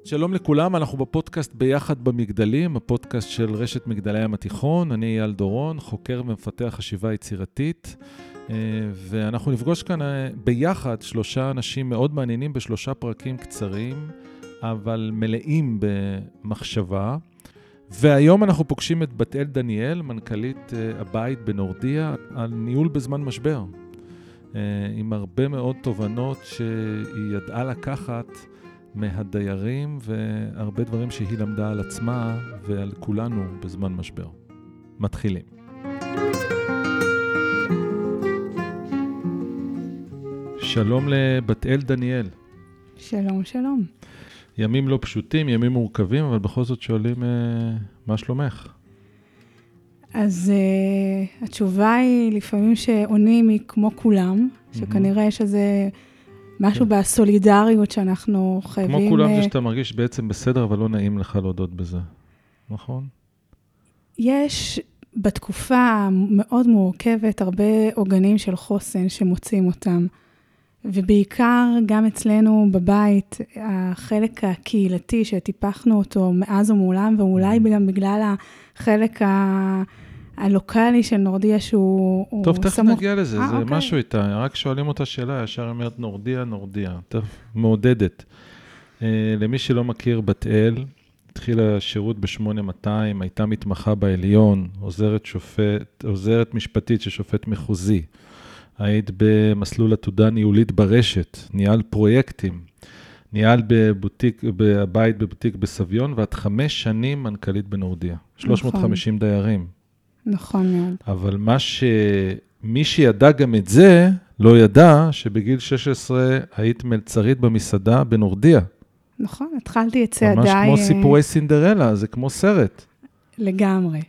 שלום לכולם, אנחנו בפודקאסט ביחד במגדלים, הפודקאסט של רשת מגדלי ים התיכון. אני אייל דורון, חוקר ומפתח חשיבה יצירתית, ואנחנו נפגוש כאן ביחד 3 אנשים מאוד מעניינים ב3 פרקים קצרים, אבל מלאים במחשבה. והיום אנחנו פוגשים את בת-אל דניאל, מנכ"לית הבית בנורדיה, על ניהול בזמן משבר, עם הרבה מאוד תובנות שהיא ידעה לקחת מהדיירים והרבה דברים שהיא למדה על עצמה ועל כולנו בזמן משבר. מתחילים. שלום לבת-אל דניאל. שלום, שלום. ימים לא פשוטים, ימים מורכבים, אבל בכל זאת שואלים מה שלומך? אז התשובה היא לפעמים שעונים היא כמו כולם, שכנראה יש איזה משהו בסולידריות שאנחנו חייבים... כמו כולם זה שאתה מרגיש בעצם בסדר, אבל לא נעים לך להודות בזה, נכון? יש בתקופה מאוד מורכבת הרבה עוגנים של חוסן שמוצאים אותם, ובעיקר גם אצלנו בבית, החלק הקהילתי שטיפחנו אותו מאז ומעולם, ואולי גם בגלל החלק הלוקלי של נורדיה שהוא... טוב, תכף נגיע לזה, זה משהו איתה, רק שואלים אותה שאלה, ישר אומרת נורדיה, מעודדת. למי שלא מכיר, בת-אל, התחילה שירות ב-8200, הייתה מתמחה בעליון, עוזרת משפטית של שופט מחוזי. היית במסלול עתודה ניהולית ברשת, ניהל פרויקטים, ניהל בבית בבוטיק בסביון, ואת 5 שנים מנכ"לית בנורדיה. 350 דיירים. נכון מאוד. אבל מי שידע גם את זה, לא ידע שבגיל 16 היית מלצרית במסעדה בנורדיה. נכון, התחלתי את צעדיי... ממש כמו סיפורי סינדרלה, זה כמו סרט. לגמרי.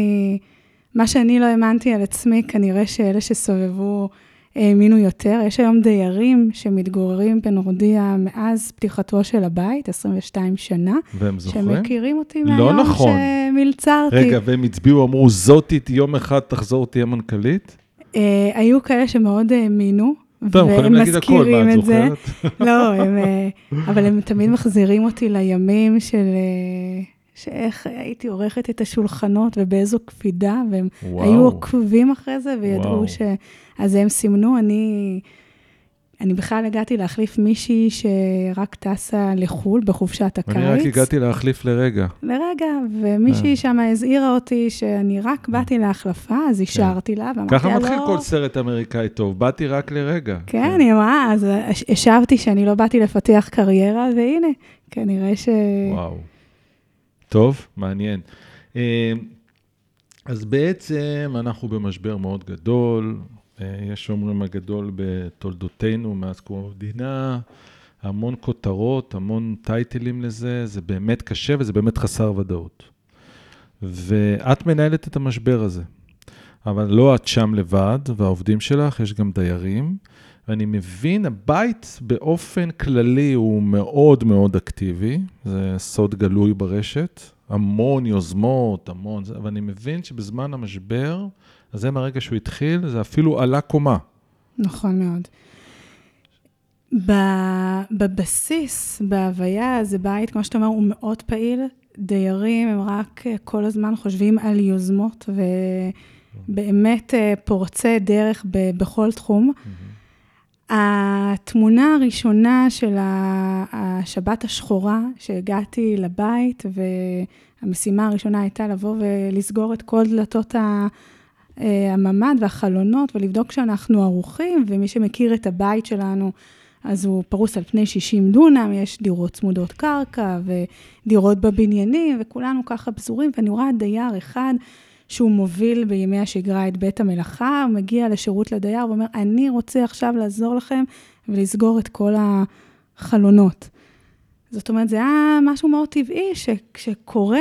מה שאני לא האמנתי על עצמי, כנראה שאלה שסובבו האמינו יותר. יש היום דיירים שמתגוררים בנורדיה מאז פתיחתו של הבית, 22 שנה. והם זוכרים? שמכירים אותי לא מהיום נכון. שמלצרתי. רגע, והם הצביעו, אמרו, זאתי יום אחד תחזור תהיה מנכ"לית? היו כאלה שמאוד האמינו. טוב, יכולים להגיד הכל, מה את זוכרת? לא, אבל הם תמיד מחזירים אותי לימים של... שאיך הייתי עורכת את השולחנות ובאיזו קפידה, והם היו עוקבים אחרי זה וידעו אז הם סימנו, אני בכלל הגעתי להחליף מישהי שרק טסה לחול בחופשת הקיץ. אני רק הגעתי להחליף לרגע. לרגע, ומישהי שם הזהירה אותי שאני רק באתי להחלפה, אז אישרתי לה, ואמרתי, ככה מתחיל כל סרט אמריקאי טוב, באתי רק לרגע. כן, אני אמרה, אז השבתי שאני לא באתי לפתח קריירה, והנה, כנראה וואו. טוב, מעניין. אז בעצם אנחנו במשבר מאוד גדול, יש אומרים הגדול בתולדותינו מאז קום המדינה, המון כותרות, המון טייטלים לזה, זה באמת קשה וזה באמת חסר ודאות. ואת מנהלת את המשבר הזה, אבל לא את שם לבד, והעובדים שלך, יש גם דיירים, ואני מבין, הבית באופן כללי הוא מאוד מאוד אקטיבי, זה סוד גלוי ברשת, המון יוזמות, אבל אני מבין שבזמן המשבר, אז זה מהרגע שהוא התחיל, זה אפילו עלה קומה. נכון מאוד. בבסיס, בהוויה, זה בית, כמו שאתה אומר, הוא מאוד פעיל, דיירים הם רק כל הזמן חושבים על יוזמות, ובאמת פורצי דרך בכל תחום. התמונה הראשונה של השבת השחורה שהגעתי לבית, והמשימה הראשונה הייתה לבוא ולסגור את כל דלתות הממ"ד והחלונות, ולבדוק שאנחנו ערוכים, ומי שמכיר את הבית שלנו, אז הוא פרוס על פני 60 דונם, יש דירות צמודות קרקע, ודירות בבניינים, וכולנו ככה פזורים, ואני רואה דייר אחד, שהוא מוביל בימי השגרה את בית המלאכה, הוא מגיע לשירות לדייר, ואומר, אני רוצה עכשיו לעזור לכם, ולסגור את כל החלונות. זאת אומרת, זה היה משהו מאוד טבעי, שכשקורה,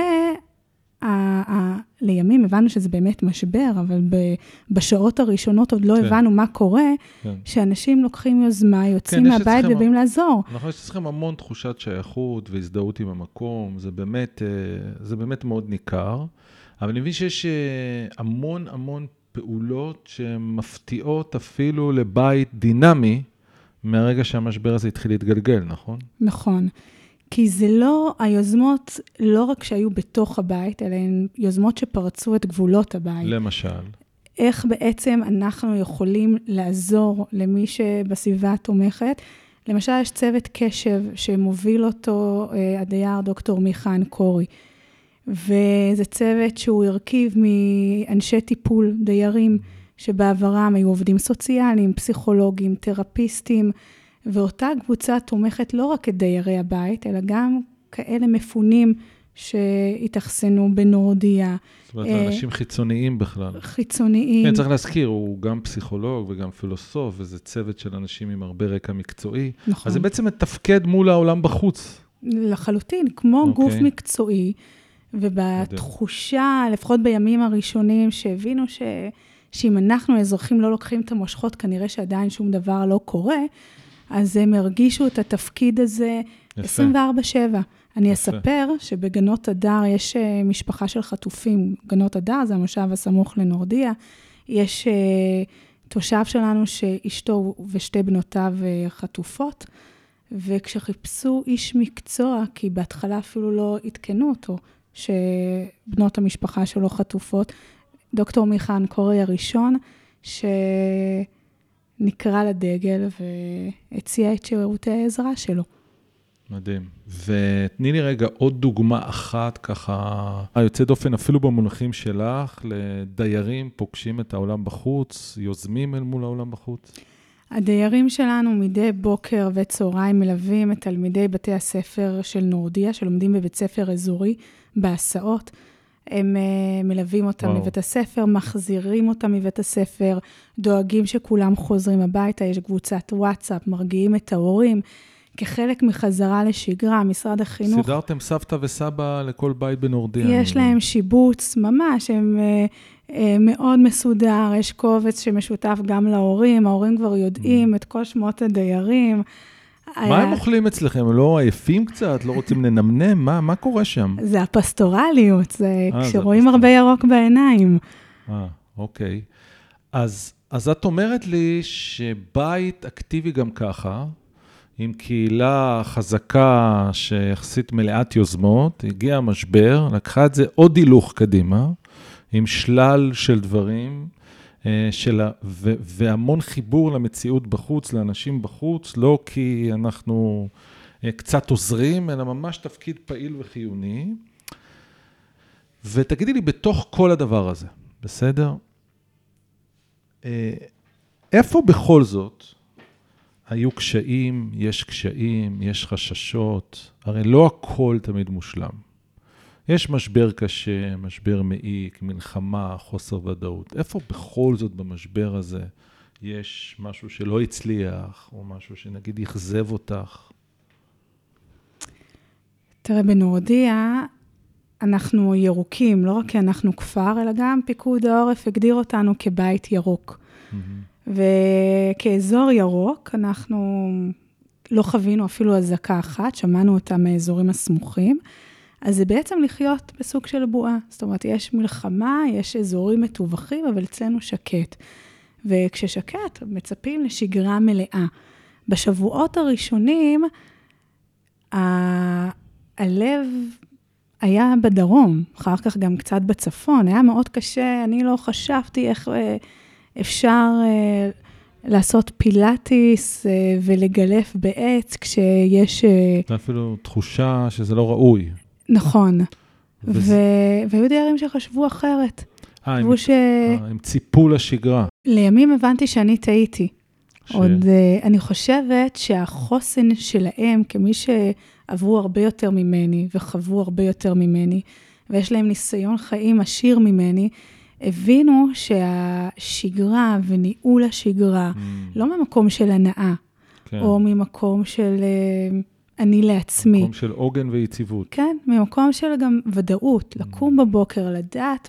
לימים הבנו שזה באמת משבר, אבל בשעות הראשונות עוד לא הבנו מה קורה, שאנשים לוקחים יוזמה, יוצאים מהבית ובאים לעזור. נכון, יש לכם המון תחושת שייכות והזדהות עם המקום, זה באמת מאוד ניכר. אבל אני מבין שיש המון פעולות שמפתיעות אפילו לבית דינמי, מהרגע שהמשבר הזה התחיל להתגלגל, נכון? נכון. כי זה לא, היוזמות לא רק שהיו בתוך הבית, אלא הן יוזמות שפרצו את גבולות הבית. למשל. איך בעצם אנחנו יכולים לעזור למי שבסביבה תומכת. למשל, יש צוות קשב שמוביל אותו הדייר דוקטור מיכה אנקורי, וזה צוות שהוא הרכיב מאנשי טיפול, דיירים, שבעברם היו עובדים סוציאליים, פסיכולוגים, תרפיסטים, ואותה קבוצה תומכת לא רק את דיירי הבית, אלא גם כאלה מפונים שהתאכסנו בנורדיה. זאת אומרת, אנשים חיצוניים בכלל. חיצוניים. כן, צריך להזכיר, הוא גם פסיכולוג וגם פילוסוף, וזה צוות של אנשים עם הרבה רקע מקצועי. נכון. אז זה בעצם מתפקד מול העולם בחוץ. לחלוטין, כמו גוף מקצועי, ובתחושה, לפחות בימים הראשונים, שהבינו שאם אנחנו האזרחים לא לוקחים את המושכות, כנראה שעדיין שום דבר לא קורה, אז הם הרגישו את התפקיד הזה 24/7. אני אספר שבגנות הדר יש משפחה של חטופים. גנות הדר זה המושב הסמוך לנורדיה. יש תושב שלנו שאשתו ושתי בנותיו חטופות, וכשחיפשו איש מקצוע, כי בהתחלה אפילו לא התקנו אותו, שבנות המשפחה שלו חטופות, דוקטור מיכה אנקורי הראשון, שנקרא לדגל והציע את שירותי העזרה שלו. מדהים. ותני לי רגע עוד דוגמה אחת, ככה, יוצא דופן אפילו במונחים שלך, לדיירים פוגשים את העולם בחוץ, יוזמים אל מול העולם בחוץ. הדיירים שלנו מדי בוקר וצהריים מלווים את תלמידי בתי הספר של נורדיה, שלומדים בבית ספר אזורי, בהסעות. הם מלווים אותם מבית הספר, מחזירים אותם מבית הספר, דואגים שכולם חוזרים הביתה, יש קבוצת וואטסאפ, מרגיעים את ההורים, כחלק מחזרה לשגרה, משרד החינוך. סידרתם סבתא וסבא לכל בית בנורדיה. יש להם שיבוץ ממש, הם מאוד מסודר, יש קובץ שמשותף גם להורים, ההורים כבר יודעים את כל שמות הדיירים. מה הם אוכלים אצלכם? הם לא עייפים קצת? לא רוצים לנמנם? מה קורה שם? זה הפסטורליות, זה כשרואים הרבה ירוק בעיניים. אוקיי. אז את אומרת לי שבית אקטיבי גם ככה, עם קהילה חזקה שיחסית מלאת יוזמות, הגיע המשבר, לקחה את זה עוד הילוך קדימה, עם שלל של דברים, והמון חיבור למציאות בחוץ, לאנשים בחוץ, לא כי אנחנו קצת עוזרים, אלא ממש תפקיד פעיל וחיוני. ותגידי לי, בתוך כל הדבר הזה, בסדר? איפה בכל זאת היו קשיים, יש חששות, הרי לא הכל תמיד מושלם. יש משבר קשה, משבר מעיק, מלחמה, חוסר ודאות. איפה בכל זאת במשבר הזה יש משהו שלא הצליח, או משהו שנגיד יחזב אותך? תראה, בנורדיה אנחנו ירוקים, לא רק כי אנחנו כפר, אלא גם פיקוד העורף הגדיר אותנו כבית ירוק. וכאזור ירוק, אנחנו לא חווינו אפילו הזקה אחת, שמענו אותה מהאזורים הסמוכים, אז זה בעצם לחיות בסוג של בועה. זאת אומרת, יש מלחמה, יש אזורים מטווחים, אבל אצלנו שקט. וכששקט, מצפים לשגרה מלאה. בשבועות הראשונים, הלב היה בדרום, אחר כך גם קצת בצפון, היה מאוד קשה, אני לא חשבתי איך אפשר לעשות פילאטיס ולגלף בעץ כשיש... זה אפילו תחושה שזה לא ראוי. נכון. והיו דיירים שחשבו אחרת. הם ציפו לשגרה. לימים הבנתי שאני טעיתי. עוד אני חושבת שהחוסן שלהם, כמי שעברו הרבה יותר ממני וחוו הרבה יותר ממני, ויש להם ניסיון חיים עשיר ממני, הבינו שהשגרה וניהול השגרה, לא ממקום של הנאה, או ממקום של אני לעצמי. ממקום של עוגן ויציבות. כן, ממקום של גם ודאות, לקום בבוקר, לדעת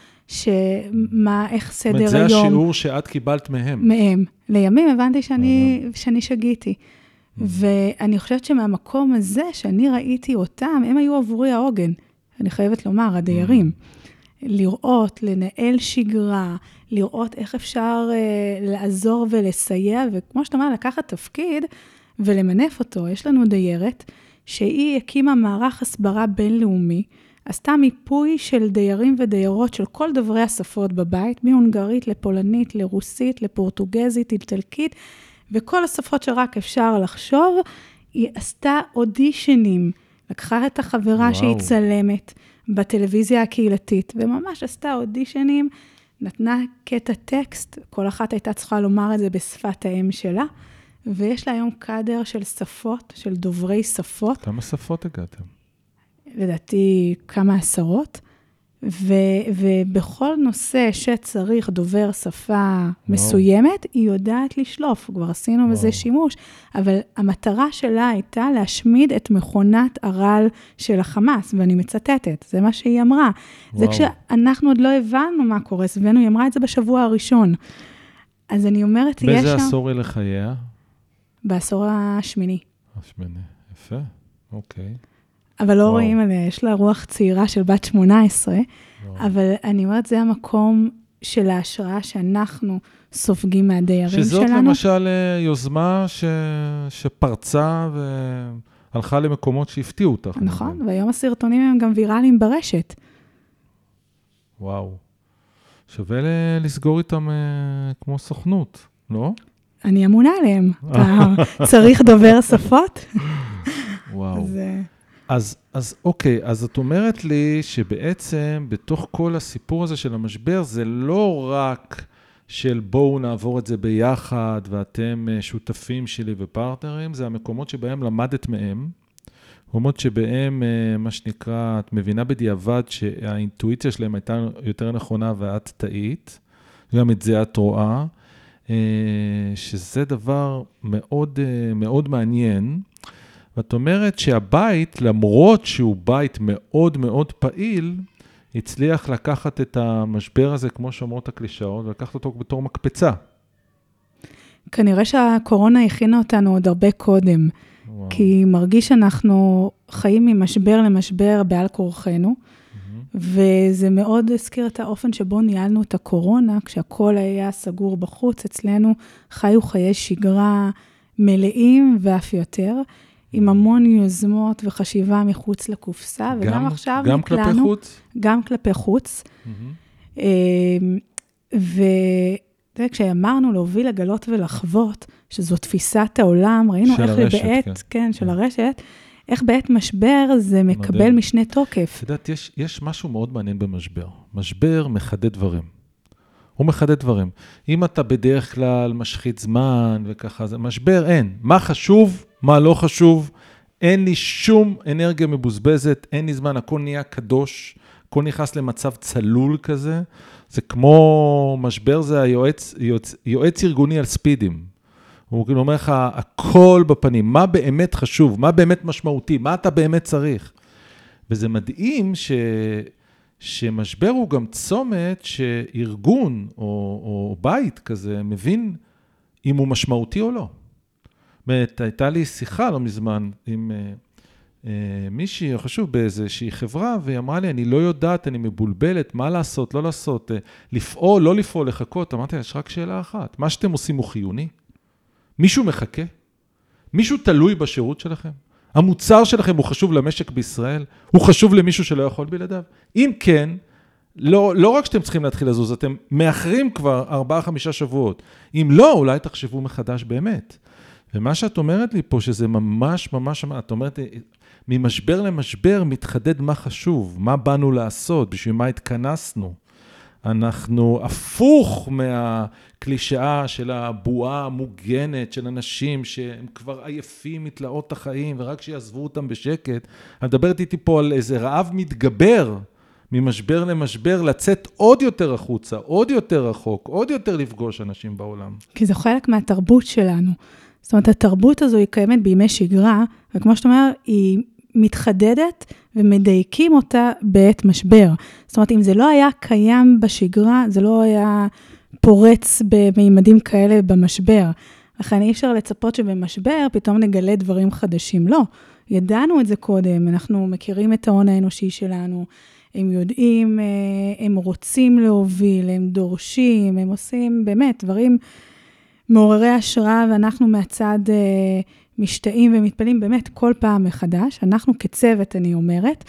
איך סדר היום. זה השיעור שאת קיבלת מהם. מהם. לימים הבנתי שאני שגיתי. ואני חושבת שמהמקום הזה, שאני ראיתי אותם, הם היו עבורי העוגן. אני חייבת לומר, הדיירים. לראות, לנהל שגרה, לראות איך אפשר לעזור ולסייע, וכמו שאתה אומר, לקחת תפקיד ולמנף אותו. יש לנו דיירת שהיא הקימה מערך הסברה בינלאומי, עשתה מיפוי של דיירים ודיירות של כל דוברי השפות בבית, מהונגרית לפולנית, לרוסית, לפורטוגזית, איטלקית, וכל השפות שרק אפשר לחשוב, היא עשתה אודישנים, לקחה את החברה שהיא צלמת בטלוויזיה הקהילתית, וממש עשתה אודישנים, נתנה קטע טקסט, כל אחת הייתה צריכה לומר את זה בשפת האם שלה, ויש לה היום קאדר של שפות, של דוברי שפות. כמה שפות הגעתם? לדעתי כמה עשרות, ובכל נושא שצריך דובר שפה מסוימת, היא יודעת לשלוף, כבר עשינו בזה שימוש, אבל המטרה שלה הייתה להשמיד את מכונת הרעל של החמאס, ואני מצטטת, זה מה שהיא אמרה. זה כשאנחנו עוד לא הבנו מה קורה, סביבנו, היא אמרה את זה בשבוע הראשון. אז אני אומרת, יש שם... באיזה עשור היא לחייה? בעשור השמיני. השמיני, יפה, אוקיי. אבל לא רואים עליה, יש לה רוח צעירה של בת 18, אבל אני אומרת, זה המקום של ההשראה שאנחנו סופגים מהדיירים שלנו. שזאת למשל יוזמה שפרצה והלכה למקומות שהפתיעו אותך. נכון, והיום הסרטונים הם גם ויראליים ברשת. וואו. שווה לסגור איתם כמו סוכנות, לא? אני אמונה עליהם. צריך דובר שפות? וואו. אז אוקיי, אז את אומרת לי שבעצם בתוך כל הסיפור הזה של המשבר, זה לא רק של בואו נעבור את זה ביחד, ואתם שותפים שלי ופרטנרים, זה המקומות שבהם למדת מהם, מקומות שבהם, מה שנקרא, את מבינה בדיעבד שהאינטואיציה שלהם הייתה יותר נכונה ואת טעית, גם את זה את רואה, שזה דבר מאוד מאוד מעניין, ואת אומרת שהבית, למרות שהוא בית מאוד מאוד פעיל, הצליח לקחת את המשבר הזה, כמו שאומרות הקלישאות, ולקחת אותו בתור מקפצה. כנראה שהקורונה הכינה אותנו עוד הרבה קודם, וואו. כי מרגיש שאנחנו חיים ממשבר למשבר בעל כורחנו, וזה מאוד הזכיר את האופן שבו ניהלנו את הקורונה, כשהכל היה סגור בחוץ, אצלנו חיו חיי שגרה מלאים ואף יותר, עם המון יוזמות וחשיבה מחוץ לקופסה, וגם עכשיו גם כלפי חוץ? גם כלפי חוץ. וכשאמרנו להוביל, לגלות ולחוות, שזו תפיסת העולם, ראינו איך בעת, כן, של הרשת, איך בעת משבר זה מקבל משנה תוקף. את יודעת, יש משהו מאוד מעניין במשבר. משבר מחדד דברים. הוא מחדד דברים. אם אתה בדרך כלל משחית זמן וככה, זה משבר אין. מה חשוב, מה לא חשוב, אין לי שום אנרגיה מבוזבזת, אין לי זמן, הכל נהיה קדוש, הכל נכנס למצב צלול כזה. זה כמו משבר, זה היועץ ארגוני על ספידים. הוא כאילו אומר לך, הכל בפנים, מה באמת חשוב, מה באמת משמעותי, מה אתה באמת צריך. וזה מדהים שמשבר הוא גם צומת שארגון או בית כזה מבין אם הוא משמעותי או לא. הייתה לי שיחה לא מזמן עם מישהי, חשוב, באיזושהי חברה, והיא אמרה לי, אני לא יודעת, אני מבולבלת, מה לעשות, לא לעשות, לפעול, לא לפעול, לחכות. אמרתי, יש רק שאלה אחת, מה שאתם עושים הוא חיוני? מישהו מחכה? מישהו תלוי בשירות שלכם? המוצר שלכם הוא חשוב למשק בישראל? הוא חשוב למישהו שלא יכול בלעדיו? אם כן, לא רק שאתם צריכים להתחיל לזוז, אתם מאחרים כבר 4-5 שבועות. אם לא, אולי תחשבו מחדש באמת. ומה שאת אומרת לי פה, שזה ממש, את אומרת, ממשבר למשבר מתחדד מה חשוב, מה באנו לעשות, בשביל מה התכנסנו. אנחנו הפוך מהקלישאה של הבועה המוגנת של אנשים שהם כבר עייפים מתלאות החיים, ורק שיעזבו אותם בשקט. את מדברת איתי פה על איזה רעב מתגבר, ממשבר למשבר, לצאת עוד יותר החוצה, עוד יותר רחוק, עוד יותר לפגוש אנשים בעולם. כי זה חלק מהתרבות שלנו. זאת אומרת, התרבות הזו היא קיימת בימי שגרה, וכמו שאתה אומר, היא מתחדדת ומדייקים אותה בעת משבר. זאת אומרת, אם זה לא היה קיים בשגרה, זה לא היה פורץ במימדים כאלה במשבר. לכן אי אפשר לצפות שבמשבר פתאום נגלה דברים חדשים. לא, ידענו את זה קודם, אנחנו מכירים את ההון האנושי שלנו, הם יודעים, הם רוצים להוביל, הם דורשים, הם עושים באמת דברים מעוררי השראה, ואנחנו מהצד משתאים ומתפעלים באמת כל פעם מחדש, אנחנו כצוות, אני אומרת,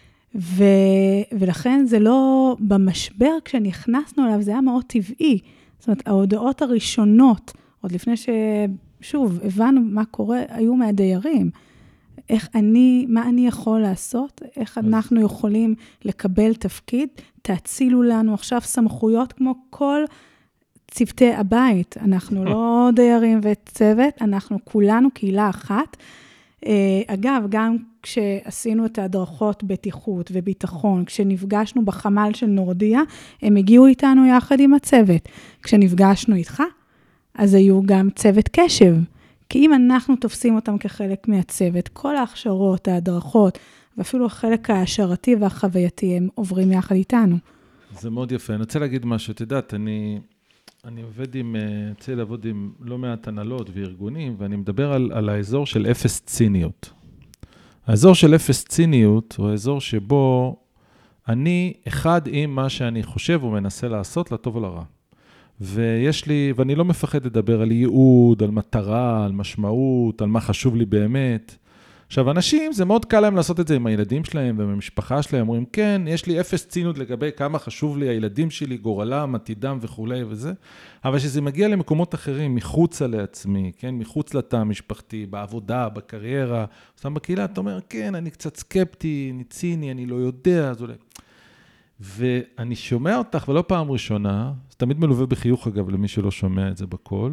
ולכן זה לא, במשבר כשנכנסנו אליו, זה היה מאוד טבעי. זאת אומרת, ההודעות הראשונות, עוד לפני שוב, הבנו מה קורה, היו מהדיירים. מה אני יכול לעשות? איך אנחנו יכולים לקבל תפקיד? תאצילו לנו עכשיו סמכויות כמו כל צוותי הבית. אנחנו לא דיירים וצוות, אנחנו כולנו קהילה אחת. אגב, גם כשעשינו את ההדרכות בטיחות וביטחון, כשנפגשנו בחמ"ל של נורדיה, הם הגיעו איתנו יחד עם הצוות. כשנפגשנו איתך, אז היו גם צוות קשב. כי אם אנחנו תופסים אותם כחלק מהצוות, כל ההכשרות, ההדרכות, ואפילו החלק ההשערתי והחווייתי, הם עוברים יחד איתנו. זה מאוד יפה. אני רוצה להגיד משהו. את יודעת, אני רוצה לעבוד עם לא מעט הנהלות וארגונים, ואני מדבר על האזור של אפס ציניות. האזור של אפס ציניות הוא האזור שבו אני אחד עם מה שאני חושב ומנסה לעשות לטוב ולרע. ואני לא מפחד לדבר על ייעוד, על מטרה, על משמעות, על מה חשוב לי באמת. עכשיו, אנשים, זה מאוד קל להם לעשות את זה עם הילדים שלהם ועם המשפחה שלהם, אומרים, כן, יש לי אפס צינות לגבי כמה חשוב לי הילדים שלי, גורלם, עתידם וכו' וזה, אבל שזה מגיע למקומות אחרים, מחוצה לעצמי, כן, מחוץ לתא המשפחתי, בעבודה, בקריירה, סתם בקהילה, אתה אומר, כן, אני קצת סקפטי, אני ציני, אני לא יודע, אז אולי... ואני שומע אותך, ולא פעם ראשונה, זה תמיד מלווה בחיוך אגב, למי שלא שומע את זה בכל,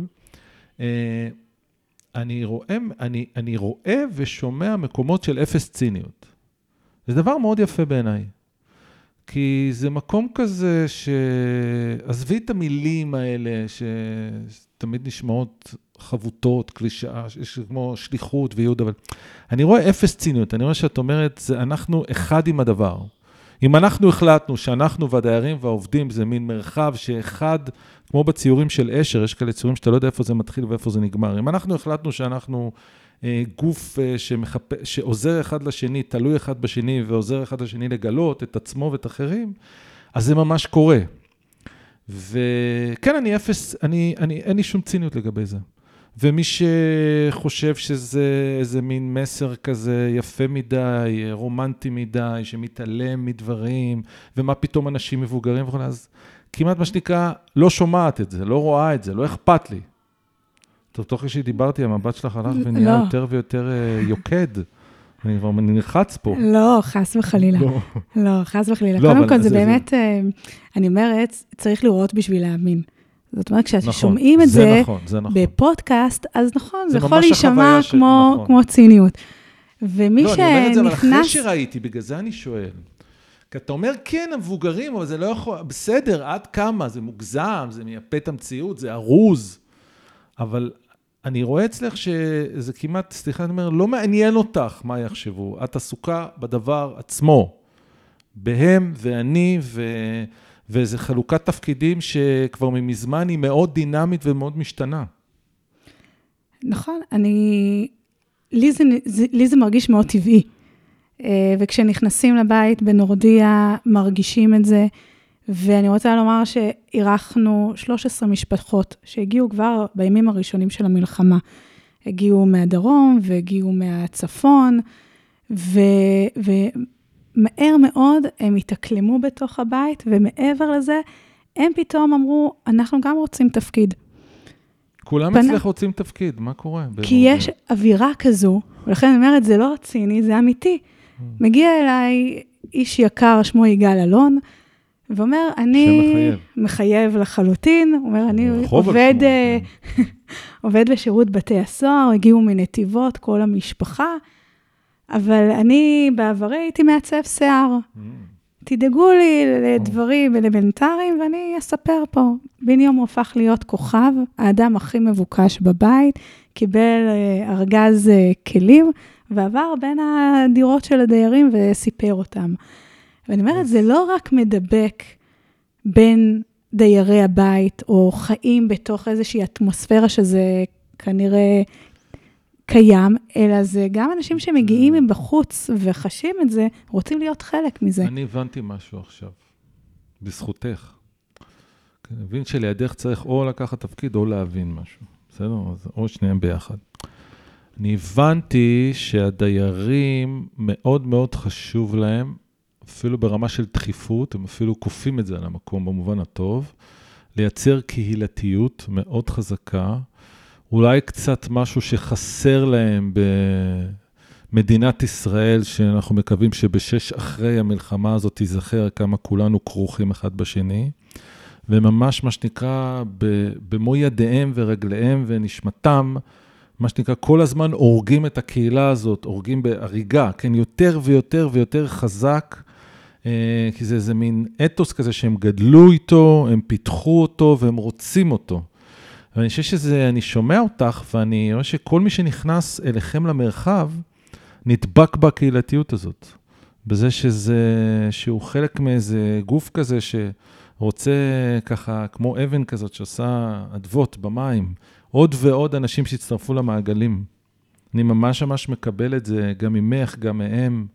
אני רואה ושומע מקומות של אפס ציניות. זה דבר מאוד יפה בעיניי. כי זה מקום כזה עזבי את המילים האלה, שתמיד נשמעות חבוטות, קלישאה, יש כמו שליחות וייעוד, אבל אני רואה אפס ציניות. אני רואה שאת אומרת, אנחנו אחד עם הדבר. אם אנחנו החלטנו שאנחנו והדיירים והעובדים זה מין מרחב שאחד, כמו בציורים של אשר, יש כאלה ציורים שאתה לא יודע איפה זה מתחיל ואיפה זה נגמר. אם אנחנו החלטנו שאנחנו גוף שעוזר אחד לשני, תלוי אחד בשני ועוזר אחד לשני לגלות את עצמו ואת אחרים, אז זה ממש קורה. וכן, אין לי שום ציניות לגבי זה. ומי שחושב שזה איזה מין מסר כזה יפה מדי, רומנטי מדי, שמתעלם מדברים, ומה פתאום אנשים מבוגרים וכו', אז כמעט מה שנקרא, לא שומעת את זה, לא רואה את זה, לא אכפת לי. טוב, תוך כדי דיברתי, המבט שלך הלך ונהיה יותר ויותר יוקד. אני כבר נלחץ פה. לא, חס וחלילה. לא, חס וחלילה. קודם כל, זה באמת, אני אומרת, צריך לראות בשביל להאמין. זאת אומרת, כששומעים את זה בפודקאסט, אז נכון, זה יכול להישמע כמו ציניות. ומי שנכנס... לא, אני אומר את זה, אבל אחרי שראיתי, בגלל זה אני שואל. כי אתה אומר, כן, המבוגרים, אבל זה לא יכול... בסדר, עד כמה? זה מוגזם, זה מייפה את המציאות, זה ארוז. אבל אני רואה אצלך שזה כמעט, סליחה, אני אומר, לא מעניין אותך מה יחשבו. את עסוקה בדבר עצמו. בהם ואני ואיזו חלוקת תפקידים שכבר ממזמן היא מאוד דינמית ומאוד משתנה. נכון, לי זה מרגיש מאוד טבעי. וכשנכנסים לבית בנורדיה מרגישים את זה, ואני רוצה לומר שאירחנו 13 משפחות שהגיעו כבר בימים הראשונים של המלחמה. הגיעו מהדרום והגיעו מהצפון, ומהר מאוד הם התאקלמו בתוך הבית, ומעבר לזה הם פתאום אמרו, אנחנו גם רוצים תפקיד. כולם אצלך רוצים תפקיד, מה קורה? כי יש אווירה כזו, ולכן אני אומרת, זה לא ציני, זה אמיתי. מגיע אליי איש יקר, שמו יגאל אלון, ואומר, אני מחייב לחלוטין, הוא אומר, אני עובד בשירות בתי הסוהר, הגיעו מנתיבות, כל המשפחה, אבל אני בעברי הייתי מעצב שיער. תדאגו לי לדברים אלמנטריים, ואני אספר פה. בניום הוא הפך להיות כוכב, האדם הכי מבוקש בבית, קיבל ארגז כלים, ועבר בין הדירות של הדיירים וסיפר אותם. ואני אומרת, זה לא רק מדבק בין דיירי הבית, או חיים בתוך איזושהי אטמוספירה שזה כנראה קיים, אלא זה גם אנשים שמגיעים מבחוץ וחשים את זה, רוצים להיות חלק מזה. אני הבנתי משהו עכשיו, בזכותך. אני מבין שלידך צריך או לקחת תפקיד או להבין משהו. בסדר? או שניהם ביחד. אני הבנתי שהדיירים מאוד מאוד חשוב להם, אפילו ברמה של דחיפות, הם אפילו קופים את זה על המקום במובן הטוב, לייצר קהילתיות מאוד חזקה, אולי קצת משהו שחסר להם במדינת ישראל, שאנחנו מקווים שבשש אחרי המלחמה הזאת תיזכר כמה כולנו כרוכים אחד בשני, וממש מה שנקרא במו ידיהם ורגליהם ונשמתם, מה שנקרא כל הזמן הורגים את הקהילה הזאת, הורגים בהריגה, כן, יותר ויותר ויותר חזק, כי זה איזה מין אתוס כזה שהם גדלו איתו, הם פיתחו אותו והם רוצים אותו. ואני חושב שזה, אני שומע אותך, ואני רואה שכל מי שנכנס אליכם למרחב, נדבק בקהילתיות הזאת. בזה שהוא חלק מאיזה גוף כזה שרוצה ככה, כמו אבן כזאת שעושה עדבות במים, עוד ועוד אנשים שהצטרפו למעגלים. אני ממש ממש מקבל את זה, גם ממך, גם מהם.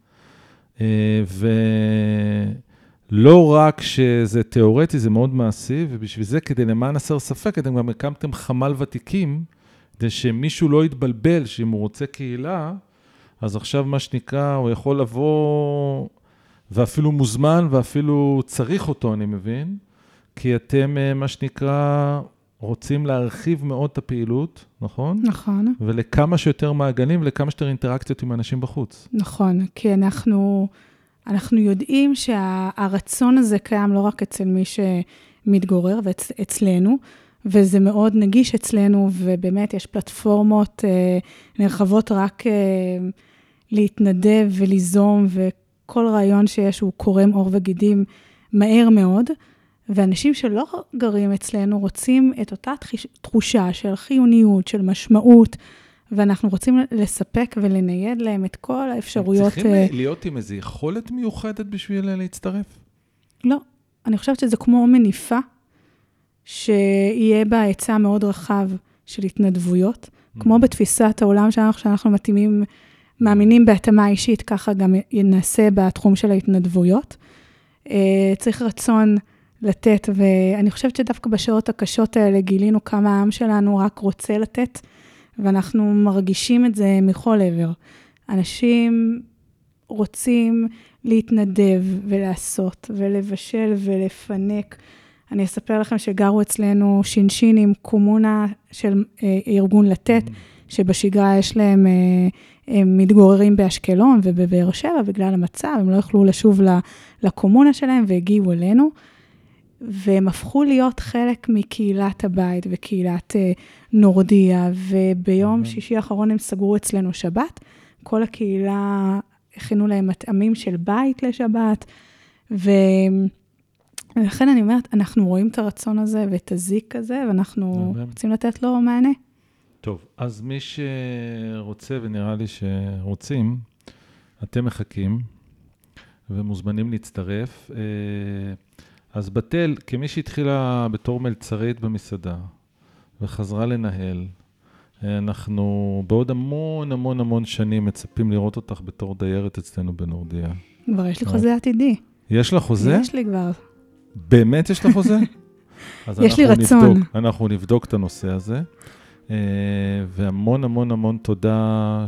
ולא רק שזה תיאורטי, זה מאוד מעשי, ובשביל זה, כדי למען הסר ספק, אתם גם הקמתם חמ"ל ותיקים, כדי שמישהו לא יתבלבל, שאם הוא רוצה קהילה, אז עכשיו מה שנקרא, הוא יכול לבוא, ואפילו מוזמן, ואפילו צריך אותו, אני מבין, כי אתם, מה שנקרא, רוצים להרחיב מאוד את הפעילות, נכון? נכון. ולכמה שיותר מעגלים, ולכמה שיותר אינטראקציות עם אנשים בחוץ. נכון, כי אנחנו יודעים שהרצון הזה קיים לא רק אצל מי שמתגורר, ואצלנו, וזה מאוד נגיש אצלנו, ובאמת יש פלטפורמות נרחבות רק להתנדב וליזום, וכל רעיון שיש הוא קורם עור וגידים מהר מאוד, ואנשים שלא גרים אצלנו רוצים את אותה תחושה של חיוניות, של משמעות, ואנחנו רוצים לספק ולנייד להם את כל האפשרויות. צריכים להיות עם איזו יכולת מיוחדת בשביל להצטרף? לא. אני חושבת שזה כמו מניפה, שיהיה בה היצע מאוד רחב של התנדבויות, כמו בתפיסת העולם שאנחנו מאמינים בהתאמה אישית, ככה גם נעשה בתחום של ההתנדבויות. צריך רצון לתת, ואני חושבת שדווקא בשעות הקשות האלה גילינו כמה העם שלנו רק רוצה לתת, ואנחנו מרגישים את זה מכל עבר. אנשים רוצים להתנדב ולעשות, ולבשל ולפנק. אני אספר לכם שגרו אצלנו שינשינים, קומונה של ארגון לתת, שבשגרה יש להם, הם מתגוררים באשקלון ובבאר שבע, בגלל המצב, הם לא יכלו לשוב לקומונה שלהם, והגיעו אלינו, והם הפכו להיות חלק מקהילת הבית, וקהילת נורדיה, וביום שישי האחרון הם סגרו אצלנו שבת, כל הקהילה הכינו להם מטעמים של בית לשבת, ולכן אני אומרת, אנחנו רואים את הרצון הזה ואת הזיק הזה, ואנחנו רוצים לתת לו מענה. טוב, אז מי שרוצה, ונראה לי שרוצים, אתם מחכים, ומוזמנים להצטרף. אז בתל, כמי שהתחילה בתור מלצרית במסעדה, וחזרה לנהל, אנחנו בעוד המון המון המון שנים מצפים לראות אותך בתור דיירת אצלנו בנורדיה. כבר יש לי חוזה עתידי. יש לך חוזה? יש לי כבר. באמת יש לך חוזה? יש לי רצון. אנחנו נבדוק את הנושא הזה, והמון המון המון תודה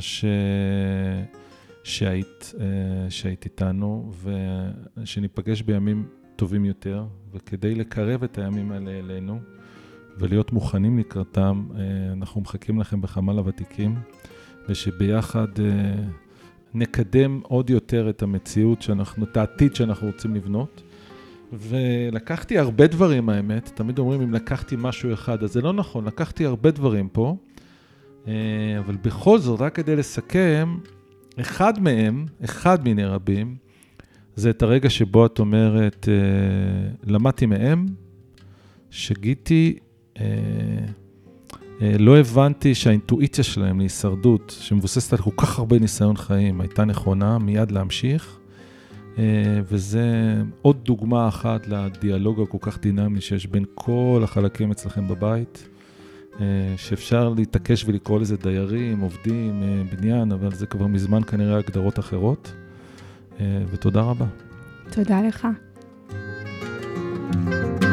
שהיית איתנו, ושניפגש בימים טובים יותר, וכדי לקרב את הימים האלה אלינו, ולהיות מוכנים לקראתם, אנחנו מחכים לכם בחמ"ל הוותיקים, ושביחד נקדם עוד יותר את המציאות את העתיד שאנחנו רוצים לבנות. ולקחתי הרבה דברים, האמת, תמיד אומרים אם לקחתי משהו אחד, אז זה לא נכון, לקחתי הרבה דברים פה, אבל בכל זאת, רק כדי לסכם, אחד מיני רבים, זה את הרגע שבו את אומרת, למדתי מהם, שגיתי, לא הבנתי שהאינטואיציה שלהם להישרדות, שמבוססת על כל כך הרבה ניסיון חיים, הייתה נכונה מיד להמשיך, וזה עוד דוגמה אחת לדיאלוג הכל כך דינמי שיש בין כל החלקים אצלכם בבית, שאפשר להתעקש ולקרוא לזה דיירים, עובדים, בניין, אבל זה כבר מזמן כנראה הגדרות אחרות, ותודה רבה. תודה לך.